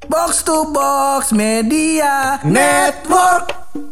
Box to Box Media Network.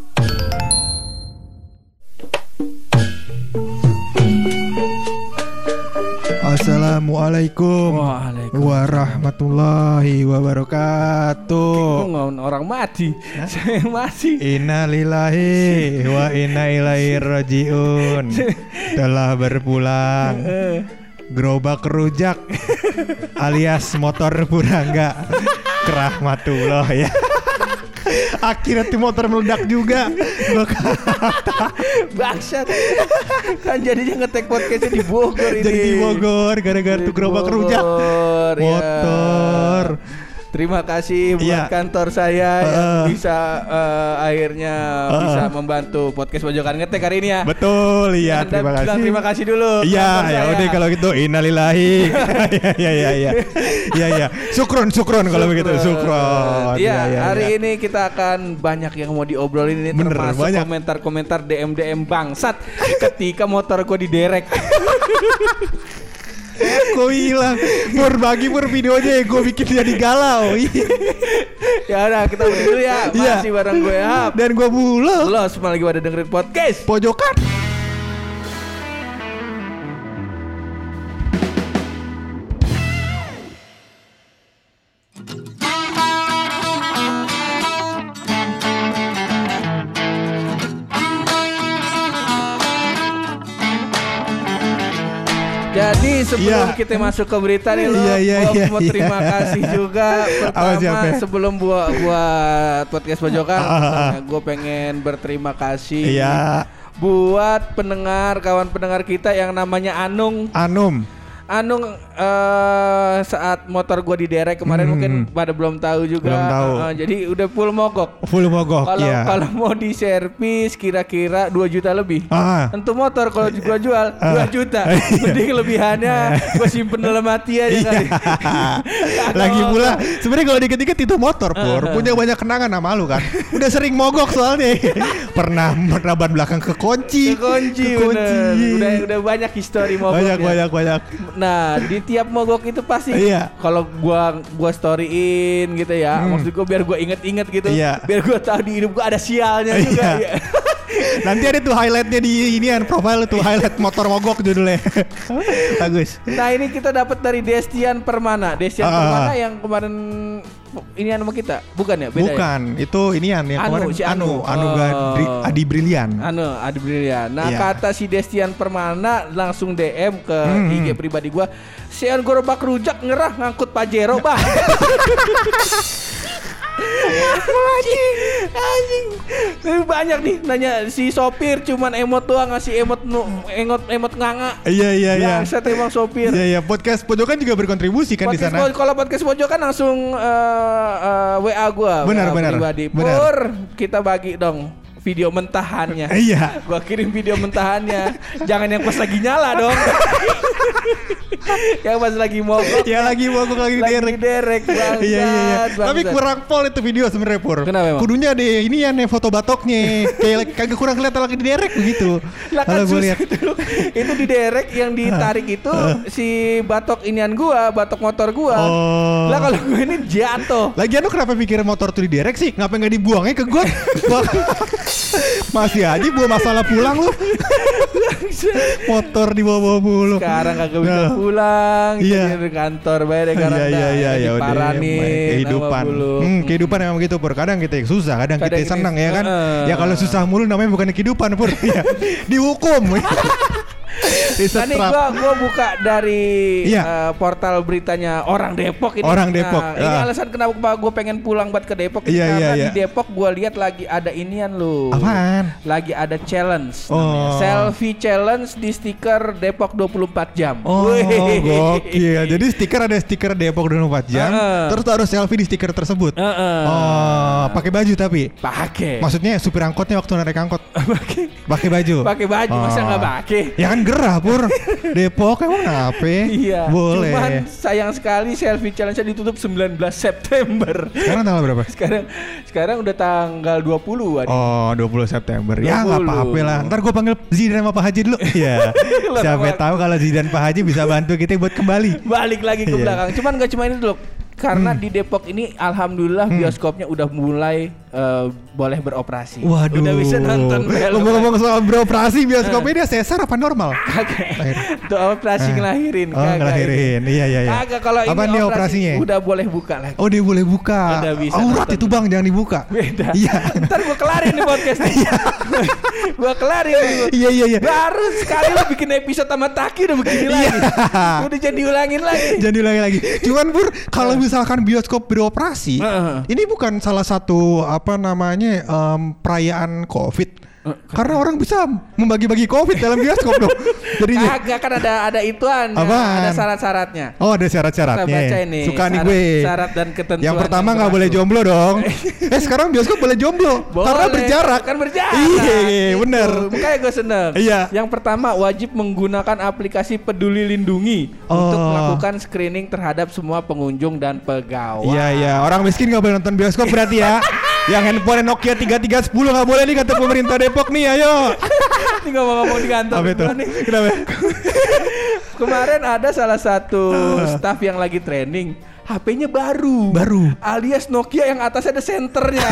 Assalamualaikum warahmatullahi wabarakatuh. Orang mati, saya masih. Innalillahi wa inna ilaihi rajiun. Telah berpulang gerobak rujak alias motor Purangga ke rahmatullah ya. Akhirnya tuh motor meledak juga. Gua kata bangsat. Kan jadinya ngetek podcastnya di Bogor ini. jadi di Bogor gara-gara tuh gerobak rujak motor. Terima kasih buat kantor saya yang bisa akhirnya bisa membantu podcast Pojokan Ngetek hari ini ya. Betul, iya. Terima kasih. Terima kasih dulu. Iya, ya udah kalau gitu innalillahi. Iya. Syukron kalau begitu. Syukron. Iya, hari ini kita akan banyak yang mau diobrolin ini. Bener, termasuk banyak. komentar-komentar DM bangsat ketika motor gue diderek. Gue hilang. Berbagi videonya gue bikin jadi galau. Ya udah kita berdua dulu ya. Masih bareng gue Hap dan gue Bulo. Lo semua lagi pada dengerin podcast Pojokan. Jadi sebelum kita masuk ke berita nih lo, mau terima kasih juga. Pertama sebelum buat podcast Pojokan, gue pengen berterima kasih buat pendengar, kawan pendengar kita yang namanya Anung saat motor gue diderek kemarin mungkin pada belum tahu juga. Jadi udah full mogok. Kalau mau diservis kira-kira 2 juta lebih. Untuk motor kalau gue jual 2 juta. Mending kelebihannya gue simpen dalam hati aja kali. Lagi pula sebenarnya kalau dikit-dikit itu motor punya banyak kenangan sama lu kan. Udah sering mogok soalnya. Pernah ban belakang kekunci. Udah banyak histori mogoknya. Banyak. Nah, di tiap mogok itu pasti kalau gua storyin gitu ya. Maksud gua biar gua inget-inget gitu. Biar gua tahu di hidup gua ada sialnya juga. Nanti ada tuh highlightnya di inian profile tuh, highlight motor mogok judulnya. Bagus. Nah, ini kita dapat dari Destian Permana. Permana yang kemarin inian sama kita. Bukan ya? Beda. Bukan, itu inian yang kemarin Adi Brilian. Adi Brilian. Nah, kata si Destian Permana langsung DM ke IG pribadi gua. Sian gerobak rujak ngerah ngangkut Pajero, bah. Anjing. Banyak nih nanya si sopir cuman emot doang, ngasih emot nganga. Iya. Saya emang sopir. Iya. Podcast Pojokan juga berkontribusi kan di sana. Kalau podcast Pojokan langsung WA gua. Benar. Pribadi. Pur, kita bagi dong video mentahannya. Iya. Gua kirim video mentahannya. Jangan yang pas lagi nyala dong. Yang pas lagi mogok. Ya lagi mogok lagi derek. Iya. Tapi kurang pol itu video sebenarnya Pur. Kenapa emang? Kudunya ada ini ya foto batoknya. Kayak kagak kurang kelihatan lagi diderek begitu. Kalau gue lihat itu diderek yang ditarik itu si batok inian gua, batok motor gua. Lah kalau gue ini jatuh. Lagian lu kenapa pikir motor tuh diderek sih? Ngapa enggak dibuangnya ke got? Masih aja bawa masalah pulang lu. Motor dibawa mulu. Sekarang kagak bisa pulang. Di kantor bayar karena ya parah nih kehidupan emang begitu Pur. Kadang kita yang susah, kadang kita senang ya kan. Ya kalau susah mulu namanya bukan kehidupan Pur. Dihukum. Tadi gua buka dari portal beritanya Orang Depok ini. Ini alasan kenapa gua pengen pulang buat ke Depok karena di Depok gua lihat lagi ada inian lu. Apaan? Lagi ada challenge namanya. Selfie challenge di stiker Depok 24 jam. Gokil. Jadi ada stiker Depok 24 jam. Terus harus selfie di stiker tersebut. Pakai baju tapi. Pakai. Maksudnya supir angkotnya waktu naik angkot. Pakai baju. Masa enggak pakai? Ya kan gerah Pur. Depok emang apa? Iya. Boleh. Cuman sayang sekali selfie challenge-nya ditutup 19 September. Sekarang tanggal berapa? Sekarang udah tanggal 20-an. 20 September. Ya enggak apa-apa lah. Ntar gue panggil Zidan sama Pak Haji dulu. Iya. Siapa tahu kalau Zidan Pak Haji bisa bantu kita buat kembali. Balik lagi ke belakang. Cuman enggak cuma ini dulu. Karena di Depok ini alhamdulillah bioskopnya udah mulai boleh beroperasi. Waduh. Udah bisa nonton film. Ngomong-ngomong soal beroperasi bioskopnya dia sesar apa normal? Itu operasi ngelahirin. Ngelahirin. Iya. Kagak, kalau ini operasinya udah boleh buka lagi. Oh, dia boleh buka. Udah bisa. Aurat itu Bang, jangan dibuka. Beda. Iya. Ntar gue kelarin nih podcastnya. Gue kelarin. Iya. Baru sekali lo bikin episode sama Taki udah begini lagi. Udah jadi diulangin lagi. Cuman Pur, kalau misalkan bioskop beroperasi, ini bukan salah satu perayaan COVID. Karena orang bisa membagi-bagi COVID dalam bioskop dong. Jadinya kagak, kan ada ituan. Ada syarat-syaratnya. Oh, ada syarat-syaratnya. Baca ini. Suka nih gue. Syarat dan ketentuan. Yang pertama nggak boleh jomblo dong. Sekarang bioskop boleh jomblo. Boleh, karena berjarak. Kan berjarak. Iya, bener. Makanya gue seneng. Iya. Yang pertama wajib menggunakan aplikasi Peduli Lindungi untuk melakukan screening terhadap semua pengunjung dan pegawai. Iya. Orang miskin nggak boleh nonton bioskop berarti ya. Yang handphone Nokia 3310 nggak boleh nih kata pemerintah Depok nih, ayo. Ini ngomong-ngomong di kantor. Apa itu? Kenapa? Kemarin ada salah satu staff yang lagi training, HP-nya baru. Alias Nokia yang atasnya ada senternya.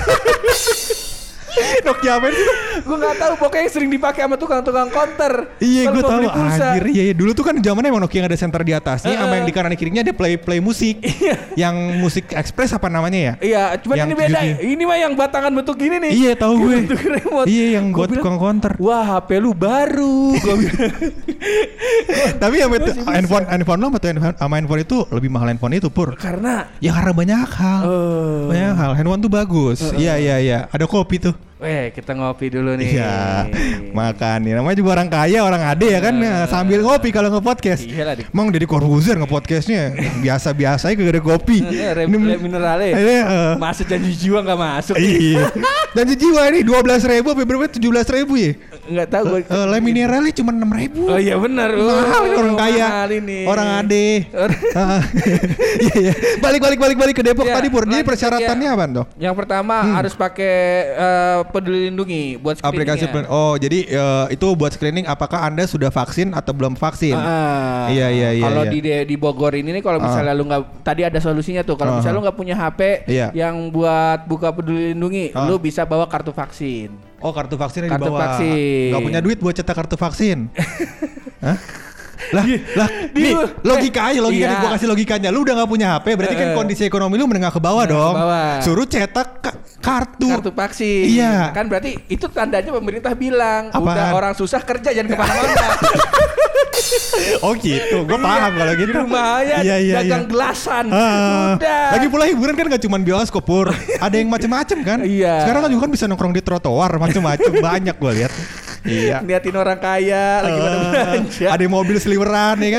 Nokia apa itu? Gue nggak tahu, pokoknya sering dipakai sama tukang-tukang counter. Iya, gue tahu. Anjir, iya. Dulu tuh kan zamannya emang Nokia yang ada senter di atasnya, sama yang di kanan kirinya ada play musik. Yang musik express apa namanya ya? Iya, cuman ini beda. Ini mah yang batangan bentuk gini nih. Iya, tahu gue. Iya, yang buat bilang, tukang counter. Wah, HP lu baru. Gue bilang. Tapi yang handphone lo sama handphone itu lebih mahal handphone itu, Pur. Karena banyak hal. Banyak hal. Handphone tuh bagus. Iya. Ada kopi tuh. Kita ngopi dulu nih. Iya, makan nih. Namanya juga orang kaya, orang ade ya kan, sambil ngopi kalau nge-podcast. Iyalah. Emang Deddy Corbuzier nge-podcastnya biasa-biasa aja kagak ada kopi. Mineralnya. Masuk janji jiwa gak masuk. Iya. Janji jiwa ini 12.000 apa berapa? 17.000 ya? Enggak tahu gue. Le mineralnya cuma 6.000. Oh iya benar. Mahal orang kaya. Orang ade. Iya. Balik ke Depok tadi, Pur. Jadi persyaratannya apa tuh? Yang pertama harus pakai Peduli Lindungi buat aplikasi. Jadi itu buat screening apakah Anda sudah vaksin atau belum vaksin. Iya. Kalau di Bogor ini nih, kalau misalnya lu nggak, tadi ada solusinya tuh. Kalau misalnya lu nggak punya HP yang buat buka Peduli Lindungi, lu bisa bawa kartu vaksin. Oh, kartu vaksinnya kartu dibawa. Vaksin. Gak punya duit buat cetak kartu vaksin. Hah? Nih logika nih, gua kasih logikanya. Lu udah gak punya HP, berarti kan kondisi ekonomi lu menengah ke bawah dong. Suruh cetak kartu vaksin. Iya. Kan berarti itu tandanya pemerintah bilang udah orang susah kerja, jangan kemana-mana. Oh gitu, gue paham kalau gitu. Di rumah aja dagang gelasan. Udah. Lagi pula hiburan kan gak cuma bioskop, Pur. Ada yang macem-macem kan. Iya. Sekarang kan juga kan bisa nongkrong di trotoar, macem-macem banyak gue lihat. Iya. Liatin orang kaya lagi pada belanja. Ada mobil seliweran ya kan.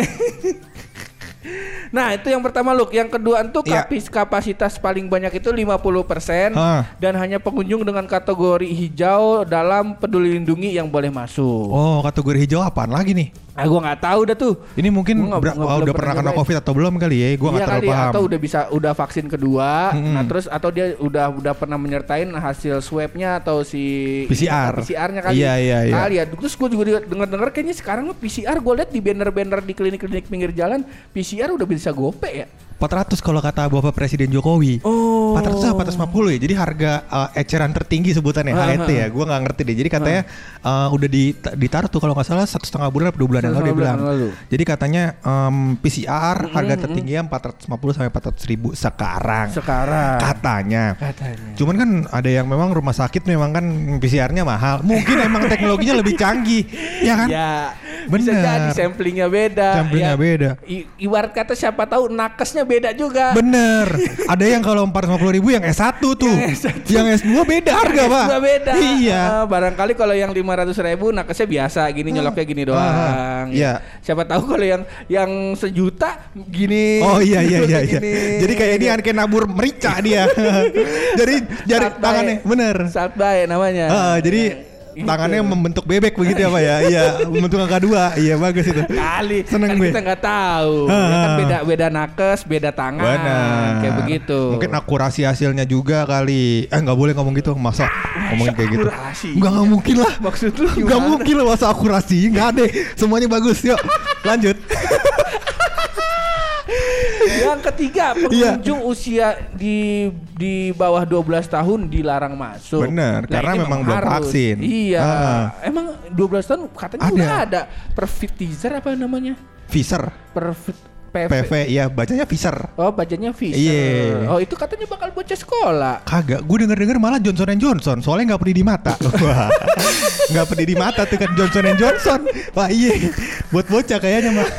Nah itu yang pertama Luk. Yang kedua itu kapasitas paling banyak itu 50% dan hanya pengunjung dengan kategori hijau dalam Peduli Lindungi yang boleh masuk. Oh, kategori hijau apaan lagi nih? Gue nggak tahu dah tuh. Ini mungkin udah pernah kena COVID atau belum kali ya? Gue nggak terlalu paham. Atau udah vaksin kedua. Nah terus atau dia udah pernah menyertain hasil swabnya atau si PCR-nya kali. Iya. Kali ya. Terus gue juga dengar kayaknya sekarang PCR gue lihat di banner-banner di klinik-klinik pinggir jalan PCR udah bisa gope ya. 400 kalau kata Bapak Presiden Jokowi. 400 atau 450 ya. Jadi harga eceran tertinggi sebutannya HET ya. Gue nggak ngerti deh. Jadi katanya udah ditaruh tuh kalau nggak salah 1,5 bulan atau 2 bulan yang lalu dia bilang. Jadi katanya PCR harga tertingginya 450 sampai 400 ribu sekarang. Katanya. Cuman kan ada yang memang rumah sakit memang kan PCR-nya mahal. Mungkin emang teknologinya lebih canggih, ya kan? Ya. Bisa jadi samplingnya beda. Ibarat kata siapa tahu nakesnya beda juga. Bener. Ada yang kalau 450 ribu yang S1 tuh. Yang S2 beda harga, Pak. S2 beda. Iya. Barangkali kalau yang 500 ribu nakesnya biasa gini, nyoloknya gini doang. Iya. Siapa tahu kalau yang sejuta gini. Oh iya. Jadi kayak ini kayak nabur merica dia. Jadi jari tangannya bener. Satbay namanya. Jadi tangannya membentuk bebek begitu ya Pak ya. Iya, membentuk angka 2. Iya, bagus itu. Kali. Seneng kan gue. Kita enggak tahu. Kan beda nakes, beda tangan. Benar. Kayak begitu. Mungkin akurasi hasilnya juga kali. Enggak boleh ngomong gitu. Masa ngomongin kayak gitu. Enggak mungkin lah. Maksud lu gimana? Enggak mungkin lah masa akurasi. Enggak ada. Semuanya bagus. Yuk, lanjut. Yang ketiga, pengunjung usia di bawah 12 tahun dilarang masuk. Bener, karena memang belum vaksin. Iya. Emang 12 tahun katanya udah ada Pfizer apa namanya? Pfizer. PV, ya bacanya Pfizer. Oh, bacanya Pfizer. Iya. Oh, itu katanya bakal bocah sekolah. Kagak, gue denger malah Johnson & Johnson. Soalnya nggak pedih di mata. Nggak pedih di mata tuh kan Johnson & Johnson. Wah iya, buat bocah kayaknya mah.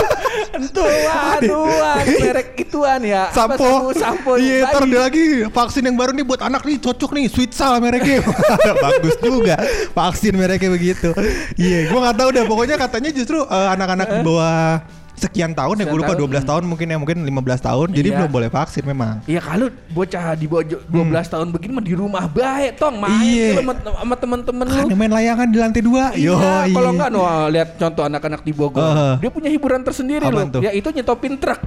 Aduh, merek ituan ya. Sampo. Iya, ntar ada lagi vaksin yang baru nih buat anak nih, cocok nih, Sweetsal mereknya. Bagus juga vaksin mereknya begitu. Iya, gue nggak tahu deh. Pokoknya katanya justru anak-anak di bawah sekian tahun ya, gue lupa 12 tahun mungkin 15 tahun. Jadi belum boleh vaksin memang. Iya, kalau bocah di bawah 12 tahun begini mah di rumah baik tong main sama temen-temen lu. Main layangan di lantai 2. Iya, kalau enggak lihat contoh anak-anak di Bogor. Dia punya hiburan tersendiri loh. Ya itu nyetopin truk.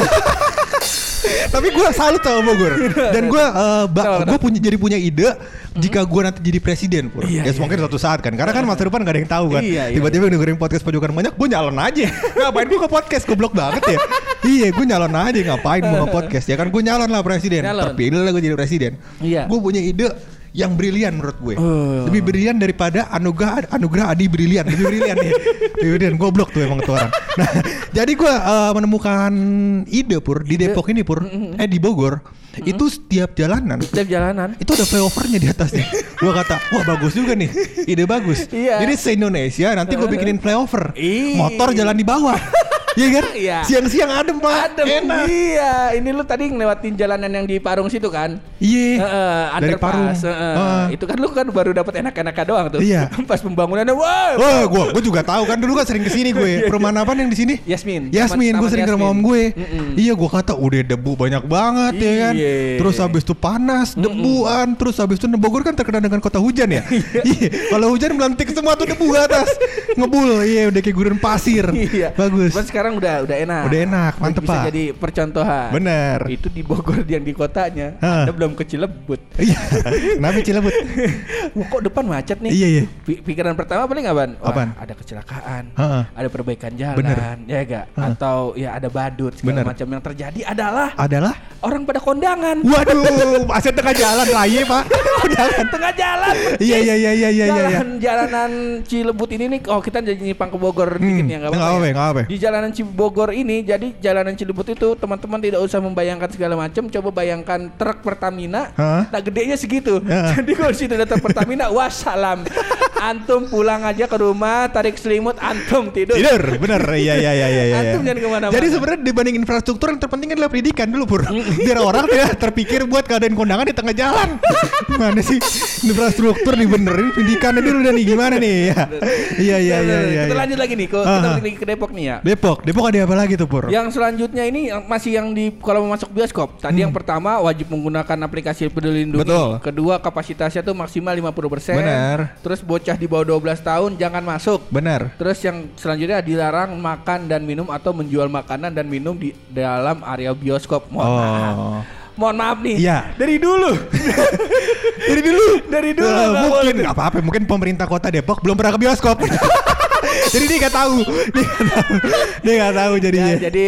Tapi gue salut sama Bogor. Dan gue punya ide jika gue nanti jadi presiden pur. Ya mungkin suatu saat kan. Karena kan masa depan gak ada yang tahu kan. Tiba-tiba dengerin podcast pojokan banyak, gue nyalon aja. Ngapain gue ke podcast, goblok banget ya. Iya, gue nyalon aja, ngapain gue ke podcast. Ya kan gue nyalon lah presiden. Terpilih lah gue jadi presiden. Gue punya ide yang brilian menurut gue. Lebih brilian daripada anugerah Adi brilian. Lebih brilian nih. Lebih brilian, goblok tuh emang tuh orang. Nah, jadi gue menemukan ide pur di Depok ini pur. Di Bogor. Itu setiap jalanan itu ada flyovernya di atasnya. Gue kata, wah bagus juga nih, ide bagus. Jadi se-Indonesia nanti gue bikinin flyover, motor jalan di bawah. Iya kan? Siang-siang adem Pak, enak. Iya, ini lu tadi ngelewatin jalanan yang di Parung situ kan? Iya. Dari Parung. Itu kan lu kan baru dapat enak-enaknya doang tuh. Iya. Pas pembangunannya, gue juga tahu kan, dulu kan sering kesini gue. Perumahan apa yang di sini? Yasmin, gue sering ke rumah om gue. Iya, gue kata udah debu banyak banget ya kan. Terus habis itu panas, debuan. Terus habis itu Bogor kan terkenal dengan kota hujan ya. Iya. Kalau hujan melantik semua tuh debu ke atas. Ngebul, iya udah kayak gurun pasir. Bagus. Sekarang udah enak. Udah enak, mantep Pak. Bisa Pak. jadi percontohan. Bener. Itu di Bogor yang di kotanya. Anda belum ke Cilebut. Iya. Kenapa Cilebut? Kok depan macet nih? Iya. Pikiran pertama paling apaan? Apaan? Ada kecelakaan. Ada perbaikan jalan. Bener. Ya enggak? Atau ya ada badut segala macam. Yang terjadi adalah orang pada kondangan. Waduh, aset tengah jalan raya Pak. Kondangan tengah jalan. Iya. Jalanan Cilebut ini nih. Oh, kita jadi nyimpang ke Bogor dikit ya, enggak apa-apa. Di jalanan Bogor ini, jadi jalanan Cilebut itu teman-teman tidak usah membayangkan segala macam. Coba bayangkan truk Pertamina, nah gedenya segitu. Jadi kalau situ ada truk Pertamina, wassalam. Antum pulang aja ke rumah, tarik selimut, antum tidur. Bener, iya. Antum jangan kemana-mana. Jadi sebenarnya dibanding infrastruktur yang terpenting adalah pendidikan dulu pur. Biar orang tidak terpikir buat keadaan kondangan di tengah jalan. Gimana sih infrastruktur dibenerin, pendidikannya dulu dan gimana nih? Iya. Kita lanjut lagi nih, kita lagi ke Depok nih ya. Depok ada apa lagi tuh pur? Yang selanjutnya ini masih yang di kalau mau masuk bioskop. Tadi yang pertama wajib menggunakan aplikasi Peduli Lindungi. Betul. Kedua kapasitasnya tuh maksimal 50%. Benar. Terus bocah di bawah 12 tahun jangan masuk. Benar. Terus yang selanjutnya dilarang makan dan minum atau menjual makanan dan minum di dalam area bioskop. Mohon maaf nih. Iya. Dari dulu. Mungkin nggak apa-apa. Mungkin pemerintah kota Depok belum pernah ke bioskop. Jadi dia nggak tahu. Jadinya. Ya, jadi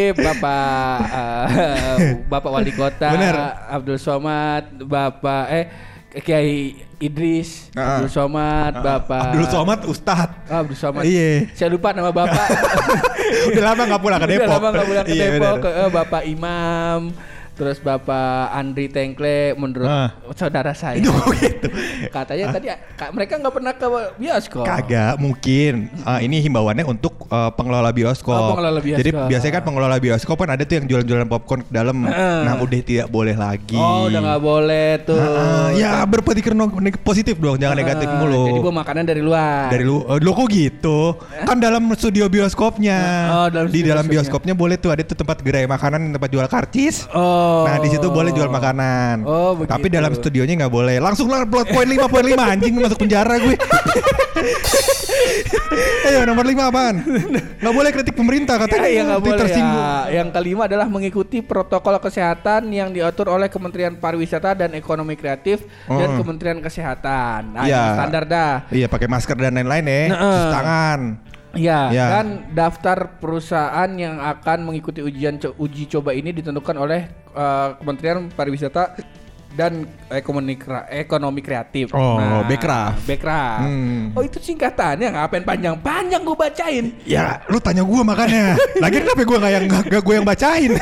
Bapak Wali Kota Abdul Somad, Kiai Idris, Abdul Somad, Bapak Abdul Somad Ustadz. Abdul Somad. Iya. Saya lupa nama Bapak. Udah lama nggak pulang ke Depok. Bapak Imam. Terus Bapak Andri Tengkle menurut saudara saya itu gitu. Katanya tadi mereka nggak pernah ke bioskop. Kagak mungkin. Ini himbauannya untuk pengelola bioskop. Jadi biasanya kan pengelola bioskop kan ada tuh yang jualan-jualan popcorn ke dalam. Nah udah tidak boleh lagi. Udah nggak boleh tuh. Ya berpikir positif dong, jangan negatif mulu. Jadi bawa makanan dari luar. Lo kok gitu? Kan dalam studio bioskopnya. Di dalam bioskopnya boleh tuh ada tuh tempat gerai makanan, tempat jual karcis. Nah di situ boleh jual makanan. Tapi dalam studionya nggak boleh. Langsung lah plot poin 5.5 anjing masuk penjara gue. Ayo nomor 5 apaan? Nggak boleh kritik pemerintah katanya. Nggak boleh. Yang kelima adalah mengikuti protokol kesehatan yang diatur oleh Kementerian Pariwisata dan Ekonomi Kreatif dan Kementerian Kesehatan. Nah, ini standar dah. Iya pakai masker dan lain-lain ya. Cuci tangan. Ya, dan daftar perusahaan yang akan mengikuti uji coba ini ditentukan oleh Kementerian Pariwisata dan Ekonomi Kreatif. Bekraf. Oh, itu singkatannya, ngapain panjang-panjang gue bacain? Ya, lu tanya gue makanya. Lagian kenapa gue yang bacain?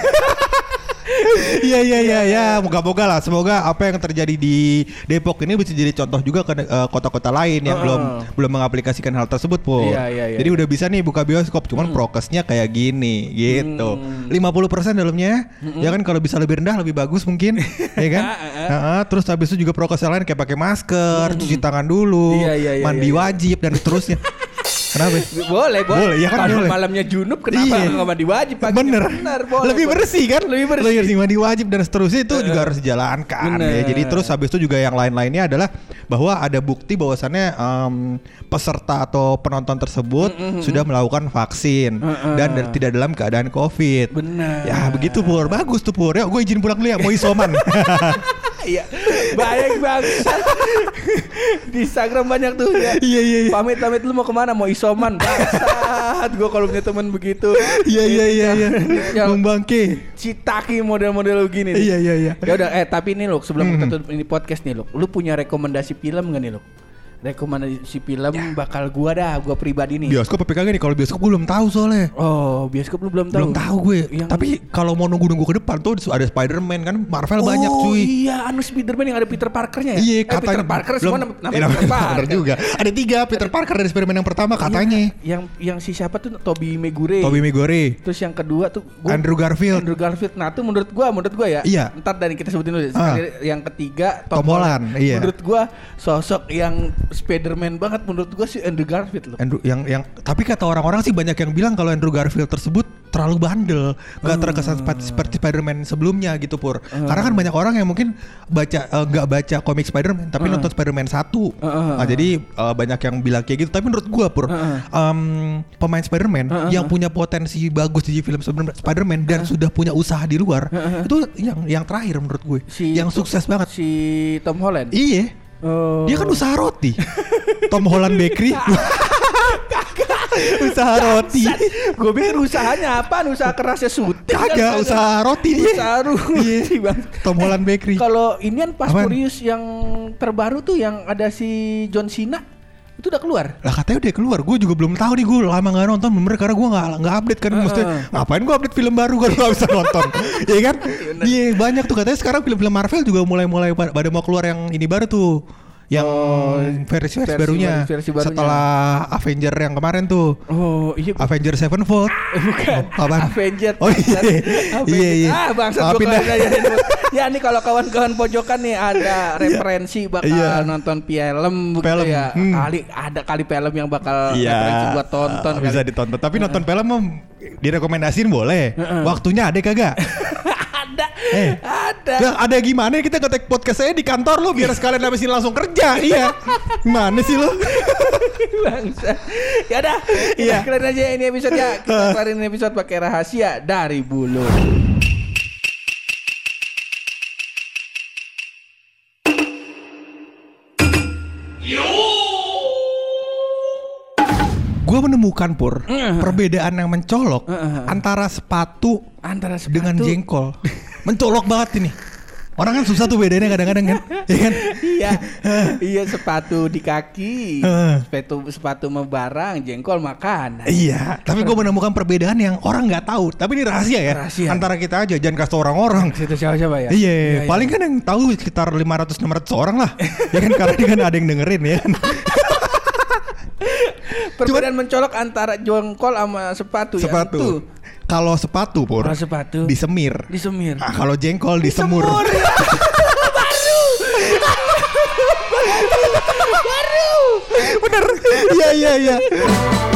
Iya. Moga-moga lah. Semoga apa yang terjadi di Depok ini bisa jadi contoh juga ke kota-kota lain yang belum mengaplikasikan hal tersebut, Pur. Iya. Jadi udah bisa nih buka bioskop, cuman prokesnya kayak gini, gitu. 50% dalamnya, ya kan, kalau bisa lebih rendah lebih bagus mungkin, ya kan? Terus habis itu juga prokes lain kayak pakai masker, cuci tangan dulu, mandi wajib dan seterusnya. Kenapa? Boleh. Ya kan, kalau malamnya junub kenapa nggak mandi wajib? Bener, boleh. Lebih bersih kan? Lebih bersih, mandi wajib dan seterusnya itu juga harus dijalankan. Ya. Jadi terus habis itu juga yang lain-lainnya adalah bahwa ada bukti bahwasannya peserta atau penonton tersebut sudah melakukan vaksin dan tidak dalam keadaan COVID. Benar. Ya begitu, Pur. Bagus tuh, Pur. Ya gue izin pulang dulu ya, mau isoman. Iya, baik banget. Di Instagram banyak tuh ya. Iya. Pamit lu mau kemana? Mau isoman? Bangsat. Gue kalau punya teman begitu. Iya. Bang Bangke. Citaki model-model begini. Iya. Ya udah, tapi ini loh, sebelum kita tutup ini podcast nih, lu punya rekomendasi film enggak nih, lu? Rekomendasi film bakal gua pribadi nih. Bioskop apa kagak nih? Kalau bioskop gue belum tahu soalnya. Oh, bioskop lu belum tahu? Belum tahu gue. Tapi kalau mau nunggu ke depan tuh ada Spider-Man kan, Marvel banyak cuy. Oh iya, Spider-Man yang ada Peter Parkernya ya? Iya, katanya. Peter Parker semua namanya Peter Parker juga. Ada 3 Peter Parker dari Spider-Man yang pertama katanya. Yang si siapa tuh? Tobey Maguire. Terus yang kedua tuh Andrew Garfield. Nah, tuh menurut gua ya. Iya. Ntar dari kita sebutin dulu. Yang ketiga Tom Holland. Iya. Menurut gua sosok yang Spider-Man banget menurut gue sih Andrew Garfield loh. Yang tapi kata orang-orang sih banyak yang bilang kalau Andrew Garfield tersebut terlalu bandel, nggak terkesan seperti Spider-Man sebelumnya gitu, Pur. Karena kan banyak orang yang mungkin nggak baca komik Spider-Man tapi nonton Spider-Man 1. Jadi banyak yang bilang kayak gitu. Tapi menurut gue, Pur, pemain Spider-Man yang punya potensi bagus di film Spider-Man dan sudah punya usaha di luar, itu yang terakhir menurut gue, yang sukses banget. Si Tom Holland. Iya. Dia kan usaha roti. Tom Holland Bakery. Usaha roti. Gue pikir usahanya apa? Usaha kerasnya syuting. Kagak, usaha roti dia. Usaha roti, Bang. Tom Holland Bakery. Kalau inian Fast Furious yang terbaru tuh yang ada si John Cena itu udah keluar. Lah katanya udah keluar. Gue juga belum tahu nih, gue lama nggak nonton bener karena gue nggak update kan. Maksudnya ngapain gue update film baru kalau nggak bisa nonton. Iya kan? Iya, banyak tuh katanya sekarang film-film Marvel juga mulai pada mau keluar yang ini baru tuh. Yang versi barunya setelah Avenger yang kemarin tuh. Oh iya, Avenger Sevenfold. Bukan Avenger. Oh iya. Bangsat gue ya nih kalau kawan-kawan pojokan nih ada referensi bakal nonton film ya. Kali film yang bakal referensi buat tonton. Bisa ditonton. Tapi nonton film direkomendasiin boleh. Waktunya ada kagak? Ada gimana kita nge-take podcast saya di kantor lo biar sekalian habisin langsung kerja. Iya. Gimana sih lo? Bangsa. Ya udah, kita kelarin aja ini episode ya. Kita kelarin episode pakai rahasia dari bulu. Gue menemukan, Pur, perbedaan yang mencolok antara sepatu dengan jengkol. Mencolok banget ini. Orang kan susah tuh bedanya kadang-kadang kan. Iya kan? Iya, sepatu di kaki, sepatu sama barang, jengkol makan. Iya, tapi gue menemukan perbedaan yang orang nggak tahu. Tapi ini rahasia ya. Antara kita aja, jangan kasih orang-orang. Itu siapa ya? Iya, paling kan yang tahu sekitar 500-600 orang lah. Ya kan, karena ini kan ada yang dengerin ya. Perbedaan mencolok antara jengkol sama sepatu. Ya itu. Kalau sepatu, Pur, disemir. Ah, kalau jengkol disemur. Baru. Bener. Iya.